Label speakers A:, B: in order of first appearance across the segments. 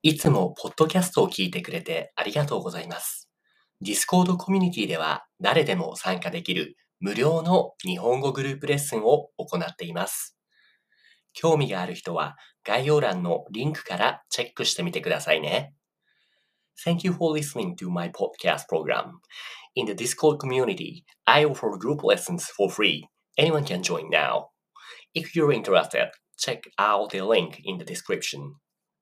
A: いつもポッドキャストを聞いてくれてありがとうございます。Discord コミュニティでは誰でも参加できる無料の日本語グループレッスンを行っています。興味がある人は概要欄のリンクからチェックしてみてくださいね。Thank you for listening to my podcast program. In the Discord community, I offer group lessons for free. Anyone can join now. If you're interested, check out the link in the description.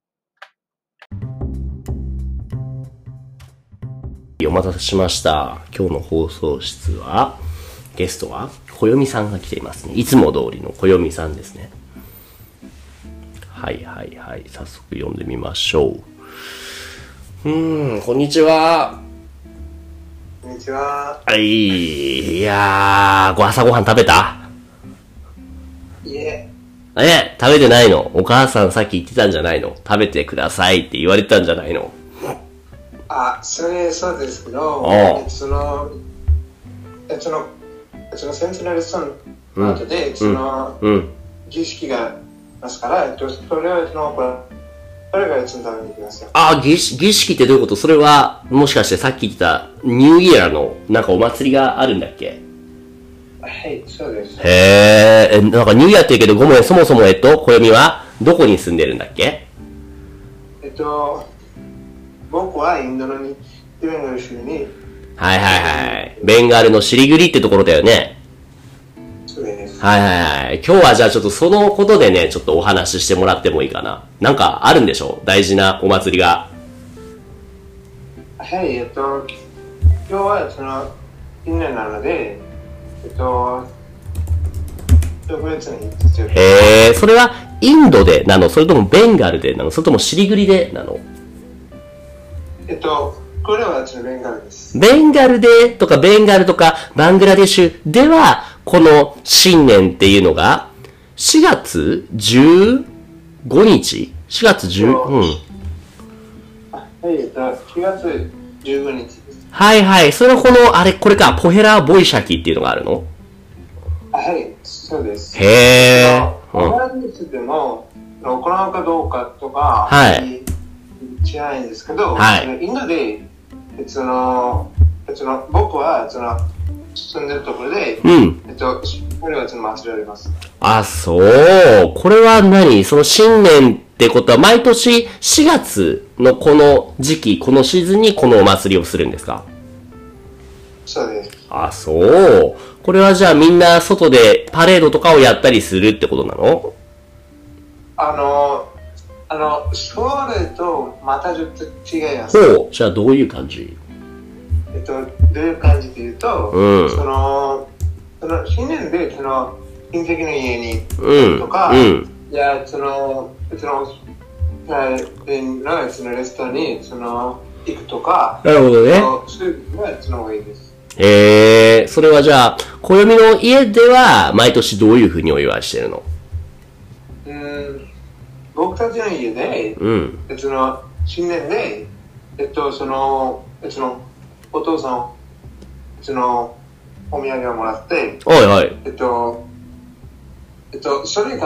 A: お待たせしました。今日の放送室は、ゲストは、こよみさんが来ていますね。いつも通りのこよみさんですね。はい。早速読んでみましょう。こんにちは。
B: こんにちは。
A: はい。いやー、朝ごはん食べた？
B: いえ。
A: 食べてないの？お母さんさっき言ってたんじゃないの？食べてくださいって言われてたんじゃないの？
B: そうですけど、その先生のレッスンの後で、儀式がありますから、それがいつも食べに行きますよ。
A: 儀式ってどういうこと？それは、もしかしてさっき言ってたニューイヤーのなんかお祭りがあるんだっけ？
B: はい、そうです。
A: なんかニューイヤーって言うけど、ごめん、そもそも小読はどこに住んでるんだっけ？
B: 僕はインドのベンガル州に。
A: はい。ベンガルのシリグリってところだよね。
B: そうです。
A: はい。今日はじゃあちょっとそのことでね、ちょっとお話ししてもらってもいいかな。なんかあるんでしょ？大事なお祭りが。
B: はい、今日は新年なので、特別に必要。
A: それはインドでなの？それともベンガルでなの？それともシリグリでなの？
B: これはベンガルです。
A: ベンガルでとかベンガルとかバングラデシュでは、この新年っていうのが4月15日 ?4 月10、
B: はい、4月15日です。
A: はい。それはこれか、ポヘラーボイシャキっていうのがあるの？
B: はい、そうです。
A: ポヘ
B: ラーニスでも行うかどうかとか、違うんですけど、インドで、僕は住んでるところで、これは祭りあります。
A: そう。これは何？その新年ってことは毎年4月のこの時期、このシーズンにこのお祭りをするんですか？
B: そうです。
A: そう。これはじゃあみんな外でパレードとかをやったりするってことなの？
B: それとまたちょっと違います。
A: じゃあどういう感じ？
B: どういう感じというと、新年で親戚の家に行くとか、いやレストランに行くとか、
A: なるほどね。
B: そういうのが多いです。
A: それはじゃあ暦の家では毎年どういうふうにお祝いしてるの？
B: 僕たちの家で、新年で、お父さん、お土産をもらって、それから、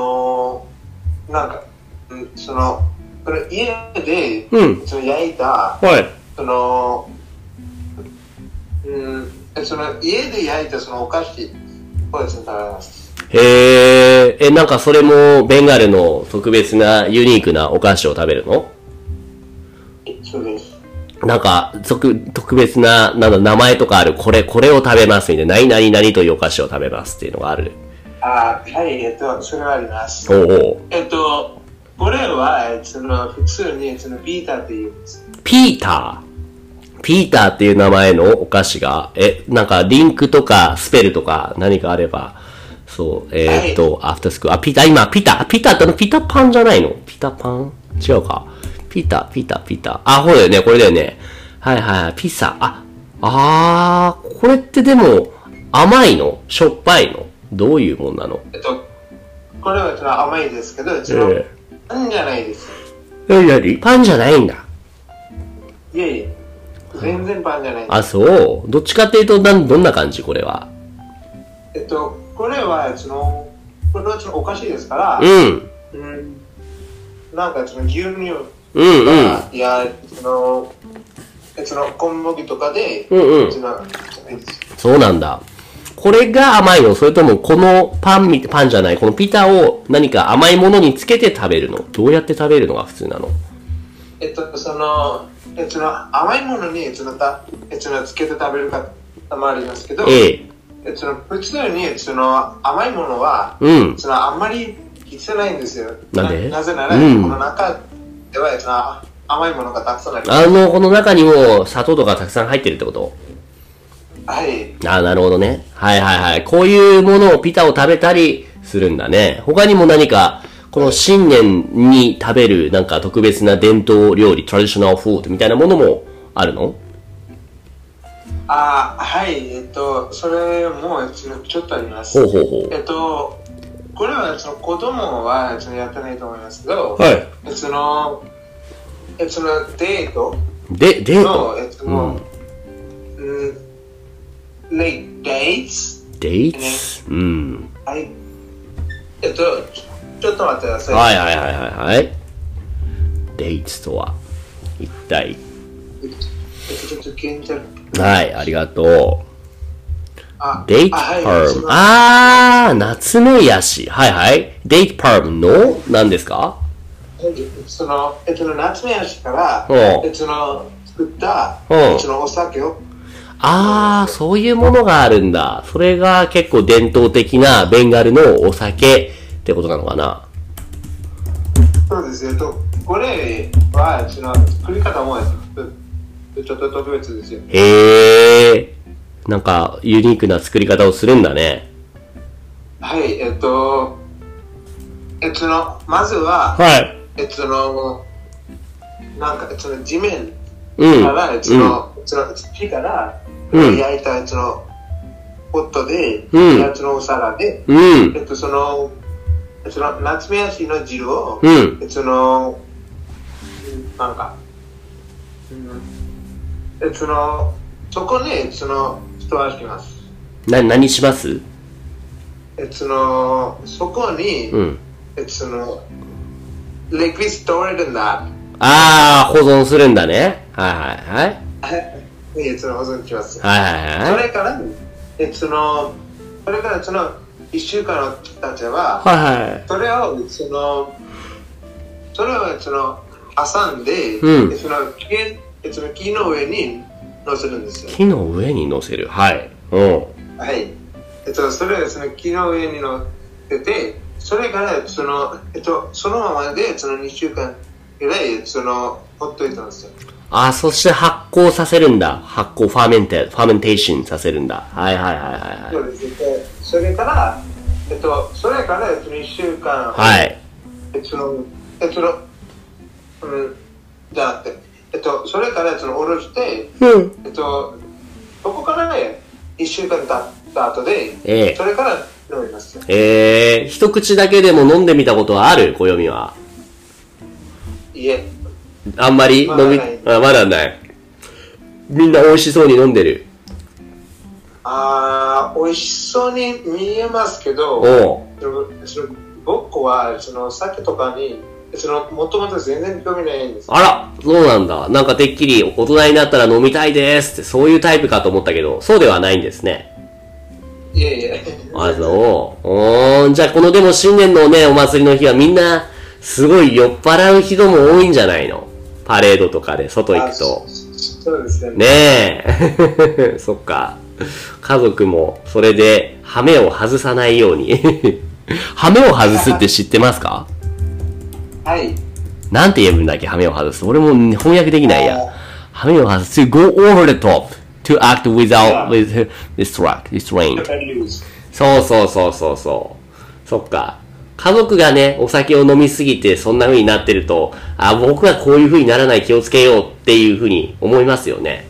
B: この家で、焼いた、家で焼いたお菓子を食べます。
A: なんかそれもベンガルの特別なユニークなお菓子を食べるの？
B: そうです。
A: なんか特別な名前とかある？これを食べますみたいな、何々というお菓子を食べますっていうのがある？
B: はい、それはあります。これは普通にピーターって言うんです。
A: ピーターっていう名前のお菓子が、なんかリンクとかスペルとか何かあれば、アフタースクール。ピタってピタパンじゃないの？ピタパン？違うか。ピタ。そうだよね、これだよね。はい、ピザ。これってでも、甘いの？しょっぱいの？どういうもんなの？
B: これは甘いですけど、パンじゃないです。
A: パンじゃないんだ。
B: いえ、全然パンじゃない。
A: そう。どっちかっていうと、どんな感じ？これは。
B: これはお菓子ですから、なんか牛乳いや、小麦とかで、
A: そうなんだ。これが甘いの？それともこのパンじゃない、このピタを何か甘いものにつけて食べるの？どうやって食べるのが普通なの？
B: 甘いものにつけて食べる方もありますけど、普通に甘いものは、あんまり必要ないんですよ。
A: なんで？
B: なぜなら、この中では甘いものがたくさんあります。
A: この中にも砂糖とかたくさん入ってるってこと？
B: はい。
A: なるほどね。はいはいはい。こういうものをピタを食べたりするんだね。他にも何か、この新年に食べるなんか特別な伝統料理、トラディショナルフードみたいなものもあるの？
B: はい。それもちょっとあります。
A: ほう。
B: これは子供はやってないと思いますけど、
A: はい。
B: デート
A: デートdates？
B: はい。ちょっと待ってください。
A: はい。dates とは一体？
B: ちょっと聞いてる。
A: はい、ありがとう。date perm。夏目ヤシ。はい。date perm の何ですか？
B: 夏目ヤシから、作った、お酒を。
A: そういうものがあるんだ。それが結構伝統的なベンガルのお酒ってことなのかな？
B: そうです。これは、作り方もちょっと特別ですよ。
A: なんかユニークな作り方をするんだね。
B: はい、まずは、
A: はい。
B: なんか、地面から、土から、焼いたポットで、お皿で、夏目ヤシの汁を、なんか、そこに、蓋をします。
A: 何します？
B: そこに、liquid stored in that。
A: 保存するんだね。はい。
B: 保存します。それから、1週間のたちは、それを、挟んで、木の上に乗せるんですよ。
A: 木の上に乗せる。はい。
B: はい。それは木の上に乗せて、それからそのままで2週間ぐらいほっといたんですよ。
A: そして発酵させるんだ。ファーメンテーションさせるんだ。はい。
B: そうです。それから1週間。
A: はい。
B: じゃなくて。それから下ろして、そこからね、1週間経った後で、それから飲みます。
A: 一口だけでも飲んでみたことはある？暦は。
B: いえ。
A: あんまりまだない。みんな美味しそうに飲んでる。
B: 美味しそうに見えますけど、僕は酒とかにもともと全然興味ないんです。
A: あら、そうなんだ。なんかてっきり大人になったら飲みたいですってそういうタイプかと思ったけど、そうではないんですね。
B: いえ。
A: そう。じゃあこのでも新年のね、お祭りの日はみんなすごい酔っ払う人も多いんじゃないの？パレードとかで外行くと。
B: そうですね。
A: ねえ。そっか。家族もそれでハメを外さないように。ハメを外すって知ってますか？
B: はい。
A: なんて言えばいいんだっけ、ハメを外す。俺も翻訳できないや。ハメを外す。to go over the top. to act without, with restraint. そう。そっか。家族がね、お酒を飲みすぎてそんな風になってると、僕はこういう風にならない気をつけようっていう風に思いますよね。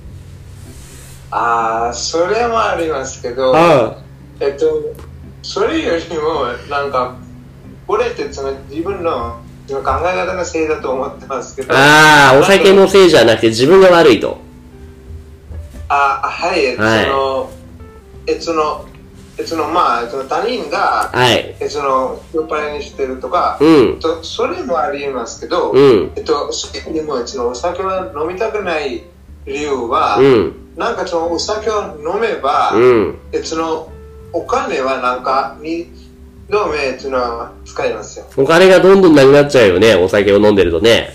B: それもありますけど、それよりも、なんか、これって自分の考え方のせいだと思ってますけど。
A: お酒のせいじゃなくて自分が悪いと。
B: はい。 まあ、他人が、
A: はい。
B: 酔っ払いにしてるとか、それもありえますけど、でも、お酒は飲みたくない理由は、なんかお酒を飲めば、お金はなんか、2度目使いますよ。
A: お金がどんどんなくなっちゃうよね、お酒を飲んでるとね。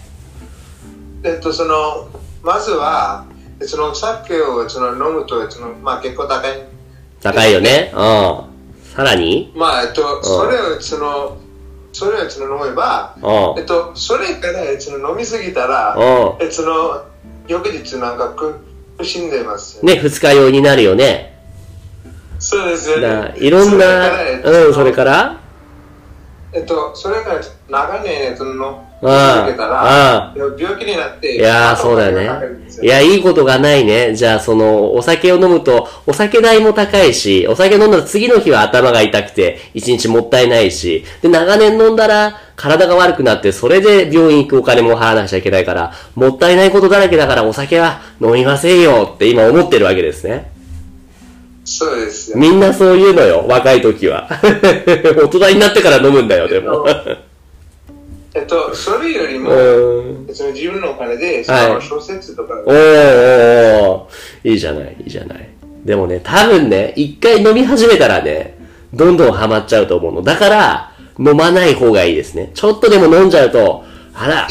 B: まずは、お酒を飲むと、まあ結構高い。
A: 高いよね。さらに
B: まあ、それを飲めば、それから飲みすぎたら、翌日なんか苦しんでますよ
A: ね。二日酔いになるよね。
B: そうですよね。
A: いろんな、それから
B: それから長年続けたら、病気になって。
A: いやー、そうだよね。いや、いいことがないね。じゃあ、お酒を飲むと、お酒代も高いし、お酒飲んだら次の日は頭が痛くて、一日もったいないし、で、長年飲んだら、体が悪くなって、それで病院行くお金も払わなくちゃいけないから、もったいないことだらけだから、お酒は飲みませんよって今思ってるわけですね。
B: そうですよ。
A: みんなそういうのよ、若い時は。大人になってから飲むんだよ、でも。
B: それよりも、自分のお金で、小説とか。
A: いいじゃない、いいじゃない。でもね、多分ね、一回飲み始めたらね、どんどんハマっちゃうと思うの。だから、飲まない方がいいですね。ちょっとでも飲んじゃうと、あら、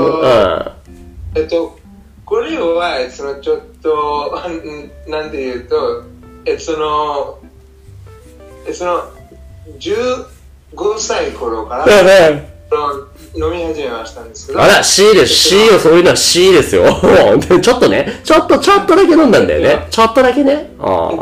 B: これは、ちょっと、なんて言うと、15歳頃から、飲み始めましたんですけど。
A: あら、C です。C よ、そういうのは C ですよ。ちょっとね、ちょっとだけ飲んだんだよね。ちょっとだけね。はい。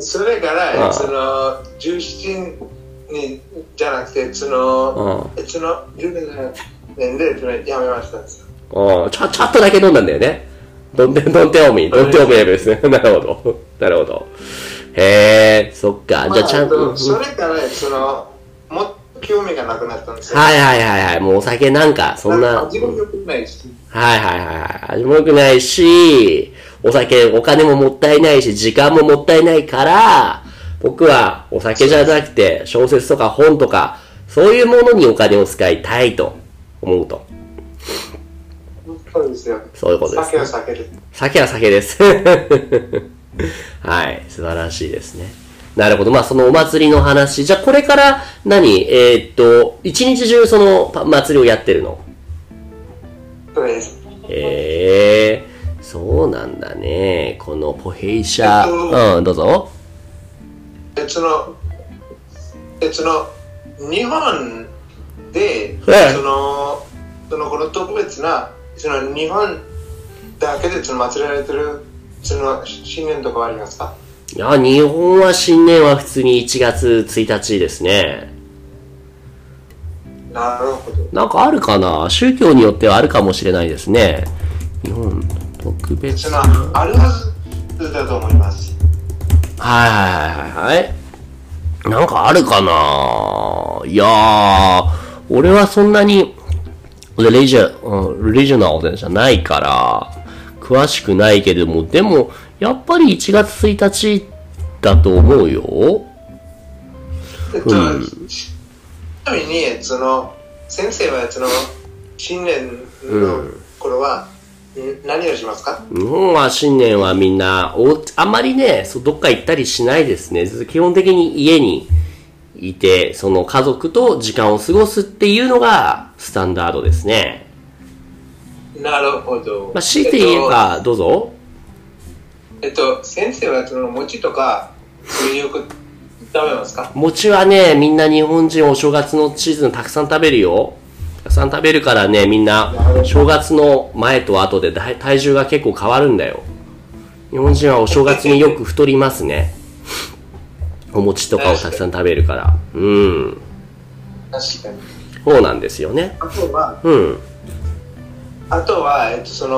B: それから、17に、じゃなくて、17年でやめましたんですよ。
A: ちょっとだけ飲んだんだよね。Don't tell me ですね。なるほど。なるほど。へえ、そっか。じゃあちゃんと。
B: それから、もっと興味がなくなったんですよ。
A: はい。もうお酒なんか、そんな。
B: 味も良くないし。
A: 味も良くないし、お金ももったいないし、時間ももったいないから、僕はお酒じゃなくて、小説とか本とか、そういうものにお金を使いたいと思うと。
B: そうですよ。
A: そういうことです、
B: ね。酒は酒です。
A: 酒は酒です。はい。素晴らしいですね。なるほど。まあ、そのお祭りの話。じゃあ、これから一日中その祭りをやってるの？
B: そうです。
A: そうなんだね。このポヘイシャ。どうぞ。
B: 日本で、この特別な、日本だけで祭られてる新年とかはありますか？
A: いや、日本は新年は普通に1月1日ですね。
B: なるほど。
A: なんかあるかな？宗教によってはあるかもしれないですね。日本特別な。
B: あるはずだと思います。
A: はい。なんかあるかな？いやー、俺はそんなにリジョナルじゃないから、詳しくないけれども、でも、やっぱり1月1日だと思うよ。
B: ちなみに、先生は、新年の頃は、何をしますか？
A: 日本は新年はみんな、あんまりね、どっか行ったりしないですね。基本的に家にいて、その家族と時間を過ごすっていうのがスタンダードですね。
B: なるほど。
A: まあ、強いて言えば、どうぞ。
B: 先生は餅とか、それよく食べますか？
A: 餅はね、みんな日本人お正月のシーズンたくさん食べるよ。たくさん食べるからね、みんな正月の前と後で体重が結構変わるんだよ。日本人はお正月によく太りますね。お餅とかをたくさん食べるから。
B: 確かに。
A: そうなんですよね。
B: あとは、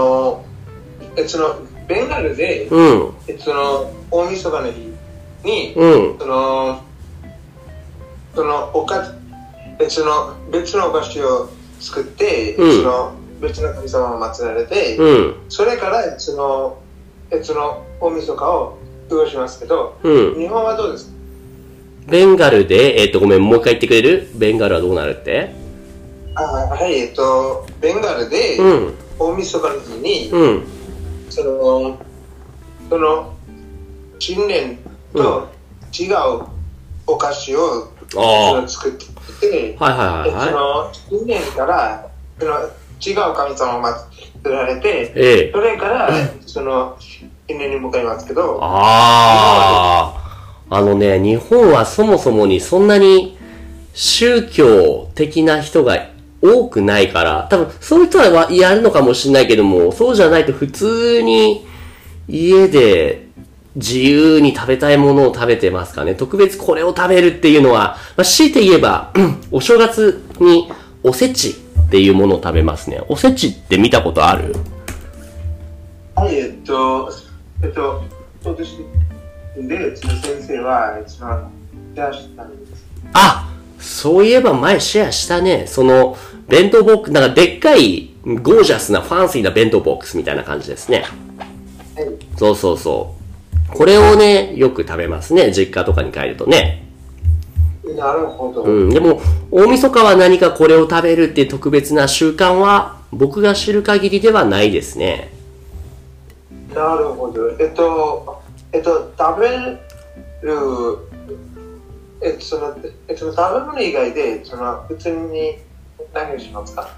B: ベンガルで、大晦日の日に、別のお菓子を作って、別の神様を祀られて、それから、大晦日を過ごしますけど、日本はどうですか？
A: ベンガルで、ごめん、もう一回言ってくれる？ベンガルはどうなるって？
B: はい、ベンガルで、大晦日の日に、その、新年と違うお菓子を作ってて、新年から違う神様を祀られて、それから新年に向かいますけど、
A: 日本はそもそもにそんなに宗教的な人が多くないから、多分そういう人はやるのかもしれないけども、そうじゃないと普通に家で自由に食べたいものを食べてますかね。特別これを食べるっていうのは、強いて言えば、お正月におせちっていうものを食べますね。おせちって見たことある？
B: はい、そうです。で、先生は一番シェアしたんです。
A: そういえば前シェアしたね。その、弁当ボックス、なんかでっかいゴージャスなファンシーな弁当ボックスみたいな感じですね。
B: はい。
A: そうそうそう。これをね、よく食べますね。実家とかに帰るとね。
B: なるほど。
A: でも、大晦日は何かこれを食べるっていう特別な習慣は、僕が知る限りではないですね。
B: なるほど。食べる、食べ物以外で、普通に何をしますか？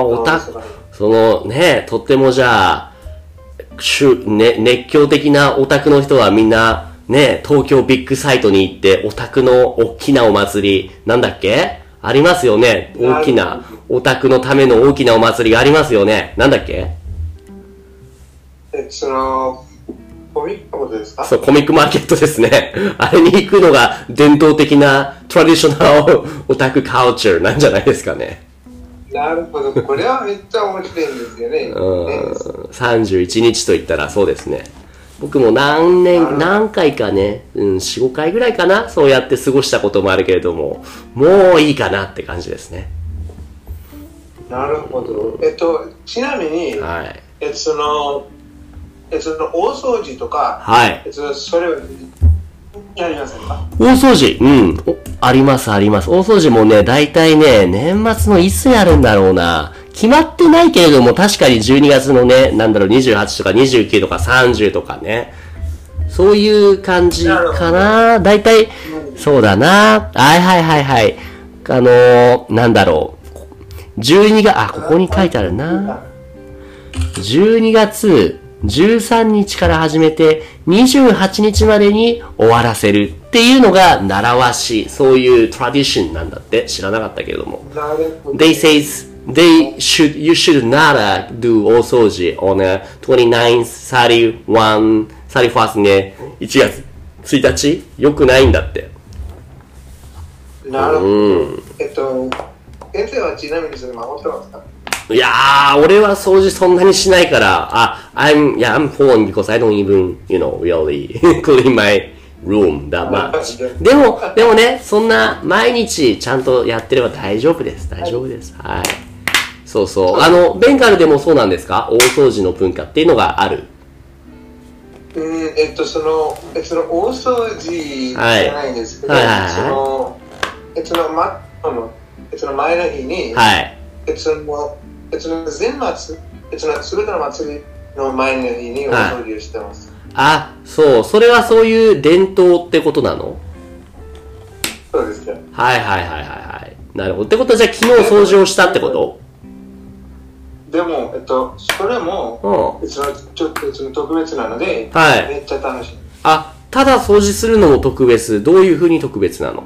A: とってもじゃあ、熱狂的なオタクの人はみんな、ね、東京ビッグサイトに行って、オタクの大きなお祭り、なんだっけ？ありますよね。大きな、オタクのための大きなお祭りがありますよね。なんだっけ？
B: コミックのことですか？
A: そう、コミックマーケットですね。あれに行くのが伝統的なトラディショナルオタクカルチャーなんじゃないですかね。
B: なるほど。これはめっちゃ面白いんですよね。
A: 31日と言ったらそうですね。僕も何回かね、4、5回ぐらいかな、そうやって過ごしたこともあるけれども、もういいかなって感じですね。
B: なるほど。ちなみに、
A: はい。
B: 大掃除とか、
A: はい。
B: それをやりませんか？
A: 大掃除、ありますあります。大掃除もね、大体ね、年末のいつやるんだろうな。決まってないけれども、確かに12月のね、28とか29とか30とかね。そういう感じかな。大体、そうだな。はい。12月、ここに書いてあるな。12月13日から始めて28日までに終わらせるっていうのが習わしい、そういうトラディションなんだって。知らなかったけれども。They says you should not do 大掃除 on a 31st ね、1月1日よくないんだって。
B: なるほど。先生はちなみにそれ守ってますか？
A: いやー、俺は掃除そんなにしないから、I'm poor because I don't even, really clean my room that much. でもね、そんな毎日ちゃんとやってれば大丈夫です。大丈夫です。はい。そうそう。ベンガルでもそうなんですか？大掃除の文化っていうのがある。
B: 大掃除じゃないんですけど、前の日に、
A: はい。
B: 前末、鶴田の祭りの前の日にお掃除をしてます。
A: そう。それはそういう伝統ってことなの？
B: そうですよ。
A: はい。なるほど。ってことはじゃあ昨日掃除をしたってこと？
B: でも、それも、ちょっと特別なので、
A: はい。
B: めっちゃ楽しい。
A: ただ掃除するのも特別。どういう風に特別なの？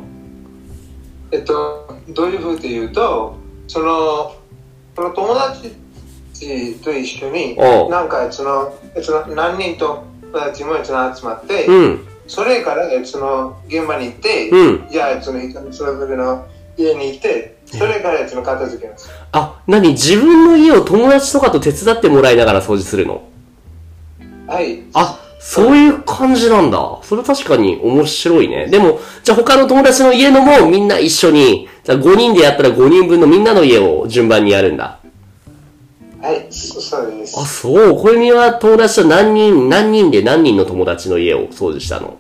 B: どういう風っていうと、その友達と一緒に、なんか何人と友達も集まって、それから現場に行って、じゃあそれぞれの家に行って、それから片付けます。
A: 自分の家を友達とかと手伝ってもらいながら掃除するの？
B: はい。
A: そういう感じなんだ。それ確かに面白いね。でも、じゃあ他の友達の家のもみんな一緒に、じゃあ5人でやったら5人分のみんなの家を順番にやるんだ。
B: はい、そうです。
A: あ、そう。これには友達と何人で何人の友達の家を掃除したの？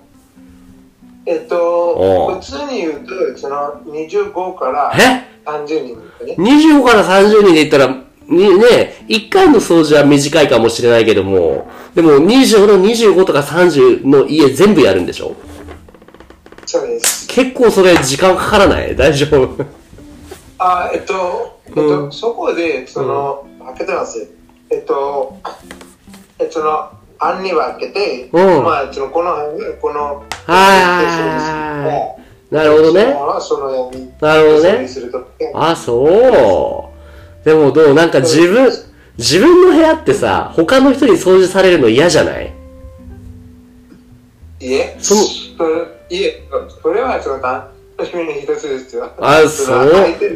B: 普通に言うと、その25から30人ですね。
A: 25から30人で言ったら、ね、1回の掃除は短いかもしれないけども、でも25とか30の家全部やるんでしょ？
B: そうです。
A: 結構それ時間かからない？大丈夫？
B: そこで、開けてますよ。案に分けて、この辺、この、
A: なるほどね。なるほどね。あ、そう。でもどう？なんか自分の部屋ってさ、他の人に掃除されるの嫌じゃない？
B: いえ、それは楽しみの一つですよ。
A: あ、そう。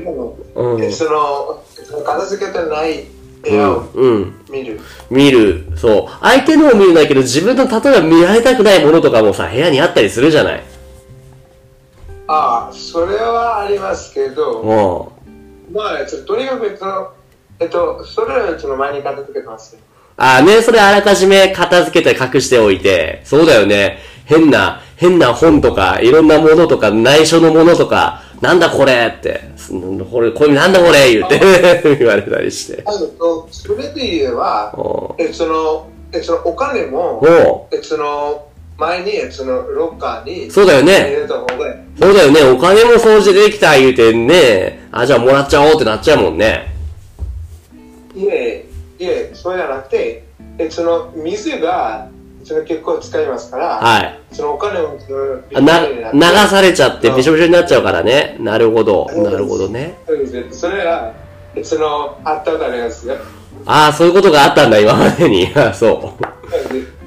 B: 片付けてない部屋を見る。
A: そう。相手のを見るんだけど、自分の例えば見られたくないものとかもさ、部屋にあったりするじゃない。
B: ああ、それはありますけど、まあ、とにかくそれは前に片付けてますよ。ああね、
A: それあらかじめ片付けて隠しておいて、そうだよね。変な本とか、いろんなものとか、内緒のものとか、なんだこれって、これなんだこれ言って言われたりして。
B: それで言えば、お金も、前にロッカーに
A: そうだよね。そうだよね。お金も掃除できた言うてね、じゃあもらっちゃおうってなっちゃうもんね。
B: いえ、そうじゃなくて、水が結構使いますから、
A: はい。
B: お金を
A: 流されちゃってびしょびしょになっちゃうからね。なるほど。なるほどね。
B: それは、あったからですよ。
A: そういうことがあったんだ、今までに。そう。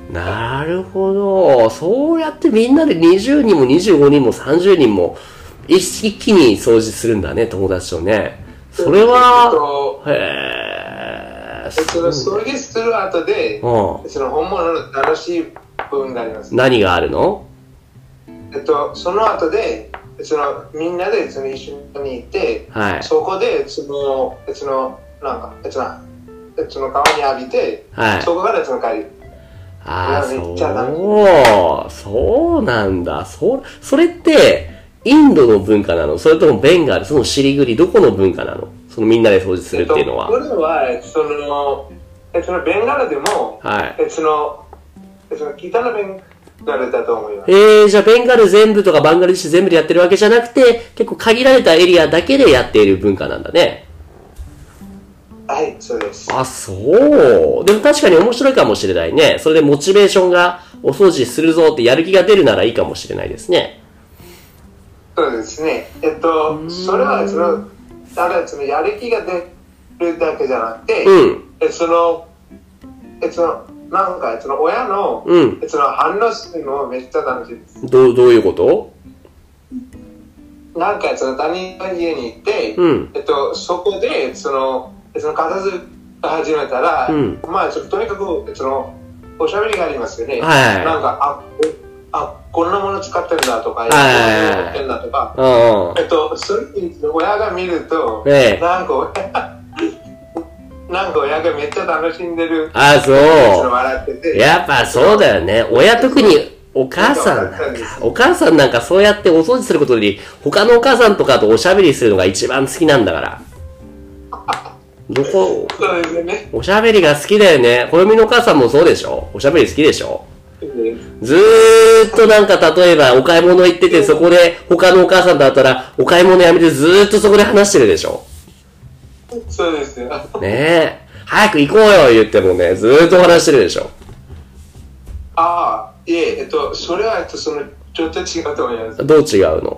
A: なるほど。そうやってみんなで20人も25人も30人も一気に掃除するんだね、友達とね。それは、
B: 掃除する後で、本物の楽しい部分があります。
A: 何があるの？
B: その後で、みんなで一緒に行って、そこで、川に浴びて、そこから帰る。
A: そうなんだ。それって、インドの文化なの？それともベンガル、そのシリグリ、どこの文化なの？そのみんなで掃除するっていうのは。
B: これは、ベンガルでも、北のベンガルだと思います。
A: じゃあベンガル全部とかバングラデシュ全部でやってるわけじゃなくて、結構限られたエリアだけでやっている文化なんだね。
B: はい、そうです。
A: そう。でも確かに面白いかもしれないね。それでモチベーションがお掃除するぞってやる気が出るならいいかもしれないですね。
B: そうですね。それはただやる気が出るだけじゃなくて、なんか親の、反応するのもめっちゃ楽しいです。
A: どういうこと？
B: なんか他人の家に行って、そこで片付け始めたら、まあとにかくおしゃべりがありますよね。なんかこんなもの使ってるんだとか、こんなもの持ってるんだとか、それに親が見ると、なんか親がめっちゃ楽しんでる。
A: そう。
B: 笑ってて。
A: やっぱそうだよね。親特にお母さんなんかそうやってお掃除することで、他のお母さんとかとおしゃべりするのが一番好きなんだから。
B: そうですね。
A: おしゃべりが好きだよね。ほよみのお母さんもそうでしょ？おしゃべり好きでしょ？ずーっとなんか例えばお買い物行ってて、そこで他のお母さんだったらお買い物やめてずーっとそこで話してるでしょ？
B: そうですよ。
A: ねえ。早く行こうよ言ってもね、ずーっと話してるでしょ？
B: それはちょっと違うと思います。
A: どう違うの？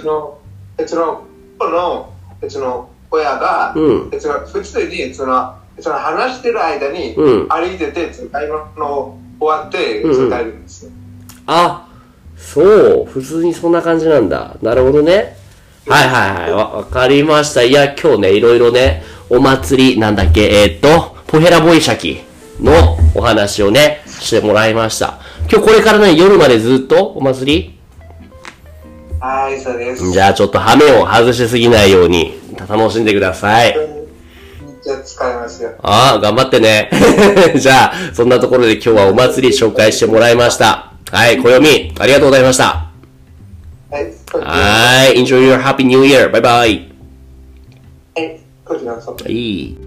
B: 親が、普通に話してる間に歩いてて、買い物終わって帰るんですよ。
A: そう。普通にそんな感じなんだ。なるほどね。はい。わかりました。いや、今日ね、いろいろね、お祭り、なんだっけ、ポヘラボイシャキのお話をね、してもらいました。今日これからね、夜までずっとお祭り？
B: はい、そうです。
A: じゃあちょっと羽目を外しすぎないように楽しんでください。
B: ちゃ使いますよ。
A: ああ、頑張ってね。じゃあ、そんなところで今日はお祭り紹介してもらいました。はい、暦、ありがとうございました。はい、enjoy your happy new year. バイバイ。
B: はい、こちらこそ。
A: はい。